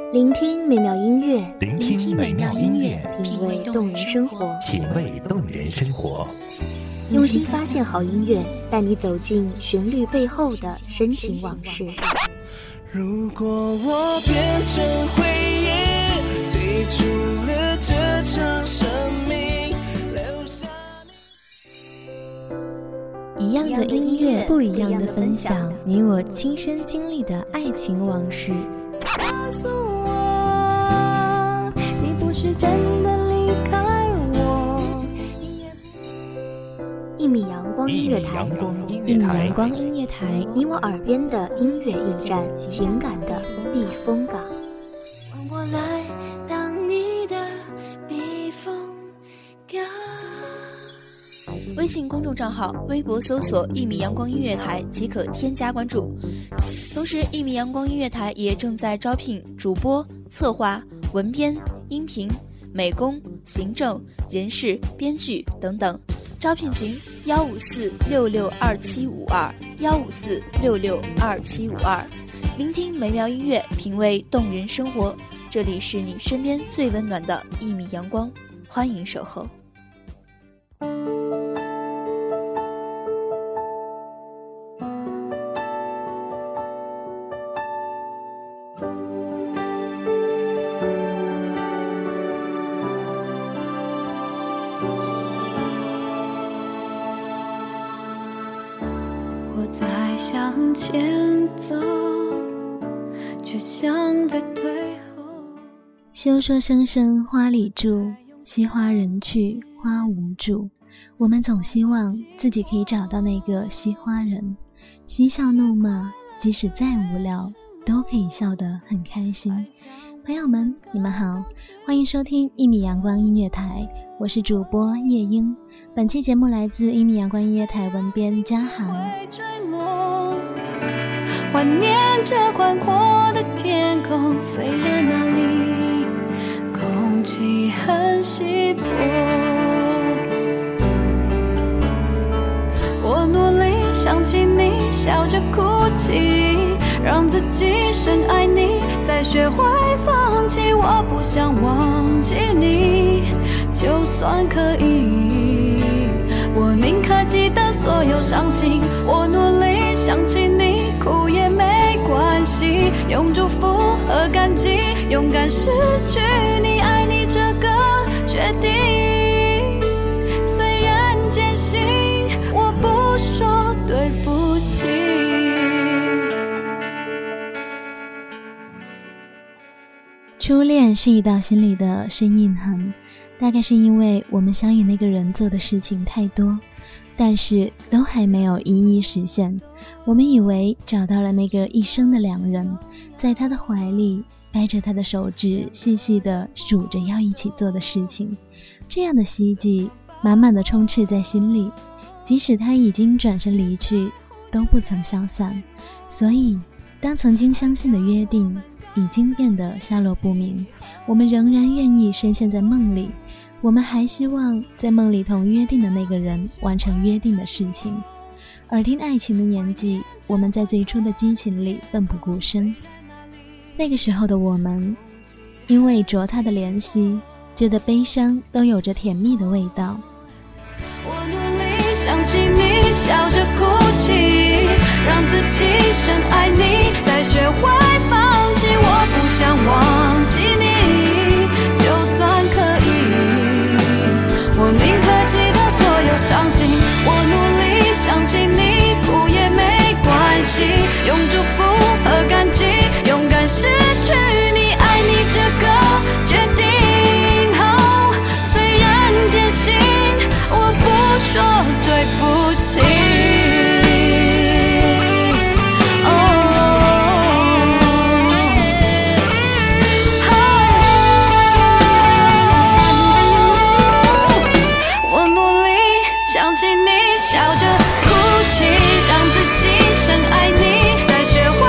聆听美妙音乐， 品味动人生活， 用心发现好音乐，带你走进旋律背后的深情往事。 如果我变成回忆，退出了这场生命，留下一样的音乐，不一样的分享，你我亲身经历的爱情往事。 告诉我，你不是真的离开我。 一米阳光音乐台，你我耳边的音乐驿站，情感的避风港。 让我来当你的避风港。 微信公众账号、微博搜索“一米阳光音乐台”即可添加关注。同时，一米阳光音乐台也正在招聘主播、策划、文编、音频、美工、行政、人事、编剧等等。招聘群154662752，154662752。聆听美妙音乐，品味动人生活。这里是你身边最温暖的一米阳光，欢迎守候。 我在向前走，却像在退后。 休说声声花里住，惜花人去花无住。我们总希望自己可以找到那个惜花人，嬉笑怒骂，即使再无聊都可以笑得很开心。朋友们，你们好，欢迎收听一米阳光音乐台，我是主播叶英。本期节目来自一米阳光音乐台文编嘉涵。 怀念着宽阔的天空，虽然那里空气很稀薄，我努力想起你，笑着哭泣，让自己深爱你，再学会放弃。我不想忘记你，就算可以，我宁可记得所有伤心。我努力想起你，哭也没关系，用祝福和感激勇敢失去你，爱你这个决定。虽然艰辛，我不说对不起。 初恋是一道心里的深印痕，大概是因为我们想与那个人做的事情太多，但是都还没有一一实现。我们以为找到了那个一生的良人，在他的怀里掰着他的手指，细细地数着要一起做的事情。这样的希冀满满的充斥在心里，即使他已经转身离去，都不曾消散。所以当曾经相信的约定已经变得下落不明，我们仍然愿意深陷在梦里，我们还希望在梦里同约定的那个人完成约定的事情。耳听爱情的年纪，我们在最初的激情里奋不顾身。那个时候的我们，因为着他的怜惜，觉得悲伤都有着甜蜜的味道。 我努力想起你，笑着哭泣，让自己深爱你，再学会放弃。我不想忘记你，就算可以，我宁可记得所有伤心。我努力想起你，哭也没关系，用祝福和感激勇敢失去你，爱你这个决定。虽然艰辛，我不说对不起。笑着哭泣，让自己深爱你，再学会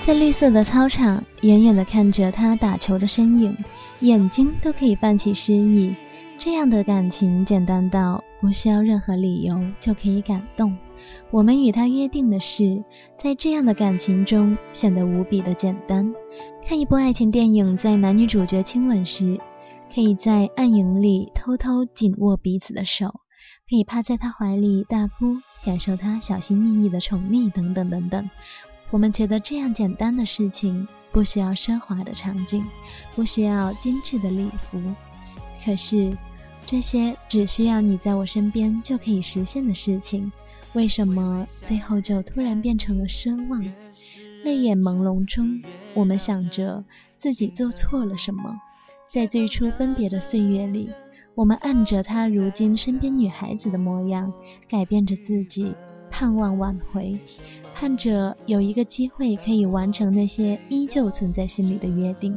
在绿色的操场，远远地看着他打球的身影，眼睛都可以泛起诗意。这样的感情简单到不需要任何理由就可以感动。我们与他约定的事，在这样的感情中显得无比的简单。看一部爱情电影，在男女主角亲吻时，可以在暗影里偷偷紧握彼此的手，可以趴在他怀里大哭，感受他小心翼翼的宠溺等等等等。我们觉得这样简单的事情，不需要奢华的场景，不需要精致的礼服，可是这些只需要你在我身边就可以实现的事情，为什么最后就突然变成了奢望？泪眼朦胧中，我们想着自己做错了什么。在最初分别的岁月里，我们按着他如今身边女孩子的模样，改变着自己，盼望挽回，盼着有一个机会可以完成那些依旧存在心里的约定。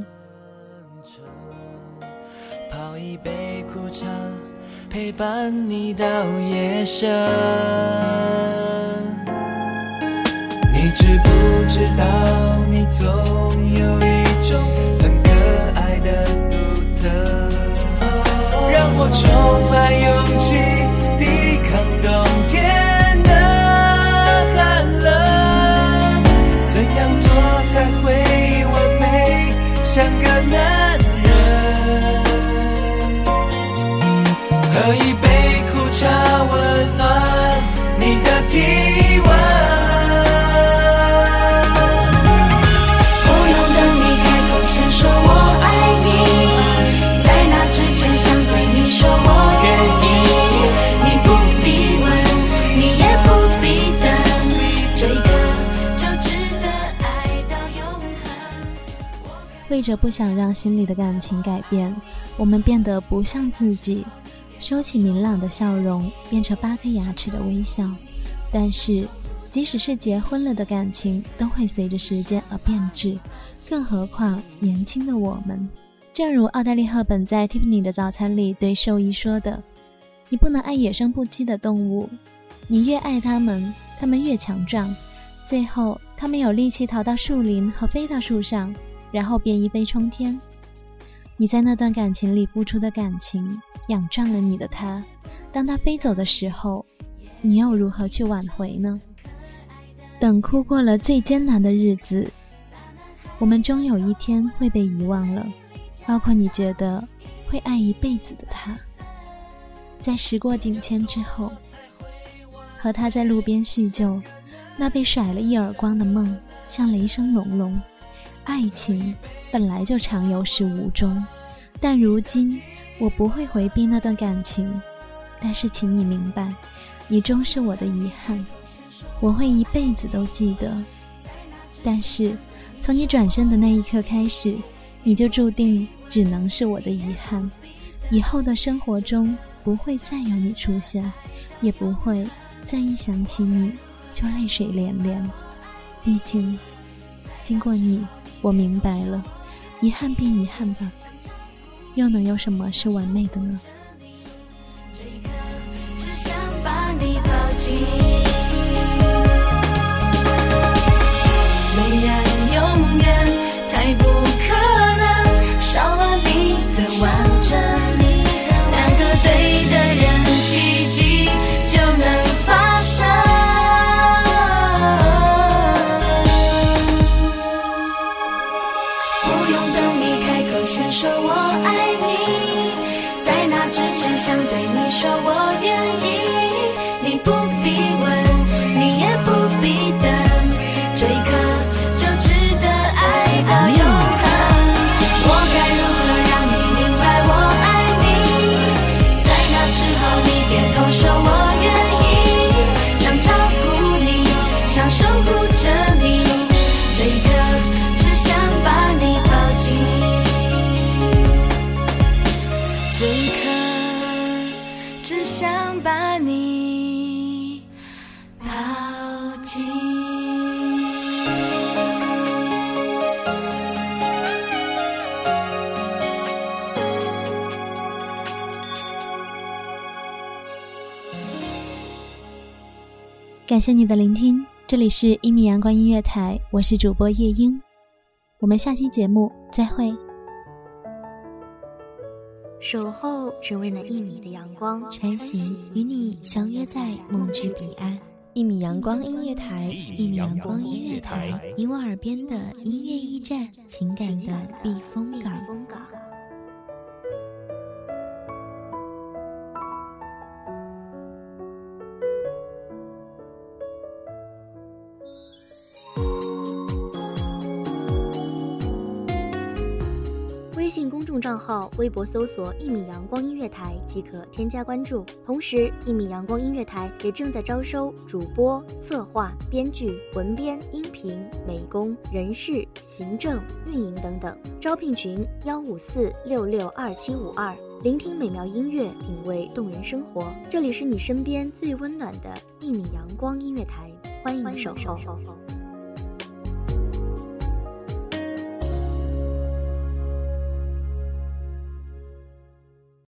泡一杯苦茶，陪伴你到夜深。你知不知道，你总有一种很可爱的独特，让我充满勇气抵抗冬天的寒冷。怎样做才会完美，像个男人？喝一杯苦茶，温暖你的体温。先说我爱你，在那之前想对你说我愿意。你不必问，你也不必等，这一刻就值得爱到永恒。 为着不想让心里的感情改变，我们变得不像自己，收起明朗的笑容，变成8颗牙齿的微笑。但是即使是结婚了的感情，都会随着时间而变质，更何况年轻的我们。正如奥黛丽·赫本在 Tiffany 的早餐里对兽医说的，你不能爱野生不羁的动物，你越爱它们，它们越强壮，最后它们有力气逃到树林和飞到树上，然后便一飞冲天。你在那段感情里付出的感情，养壮了你的它，当它飞走的时候，你又如何去挽回呢？等哭过了最艰难的日子，我们终有一天会被遗忘了，包括你觉得会爱一辈子的他。在时过境迁之后，和他在路边叙旧，那被甩了一耳光的梦像雷声隆隆。爱情本来就常有始无终，但如今我不会回避那段感情，但是请你明白，你终是我的遗憾，我会一辈子都记得。但是从你转身的那一刻开始，你就注定只能是我的遗憾。以后的生活中不会再有你出现，也不会再一想起你就泪水连连。毕竟经过你，我明白了，遗憾便遗憾吧，又能有什么是完美的呢？ 这一刻只想把你抱紧，虽然永远太不可能少了你的完整，两个对的人，奇迹就能发生。不用等你开口先说我爱你，在那之前想对你说我愿意。你不必问，你也不必等，这一刻就值得爱到永恒。我该如何让你明白我爱你？在那之后你点头说我愿意，想照顾你，想守护着你，这一刻只想把你抱紧，这一刻只想把你抱紧。 感谢你的聆听， 这里是1米阳光音乐台，我是主播叶英，我们下期节目再会。 守候只为那1米的阳光， 穿行与你相约在梦之彼岸。1米阳光音乐台，1米阳光音乐台，你我耳边的音乐驿站，情感的避风港。 微信公众账号、微博搜索1米阳光音乐台即可添加关注。同时，1米阳光音乐台也正在招收主播、策划、编剧、文编、音频、美工、人事、行政、运营等等。招聘群154662752。聆听美妙音乐，品味动人生活。这里是你身边最温暖的1米阳光音乐台，欢迎你守候。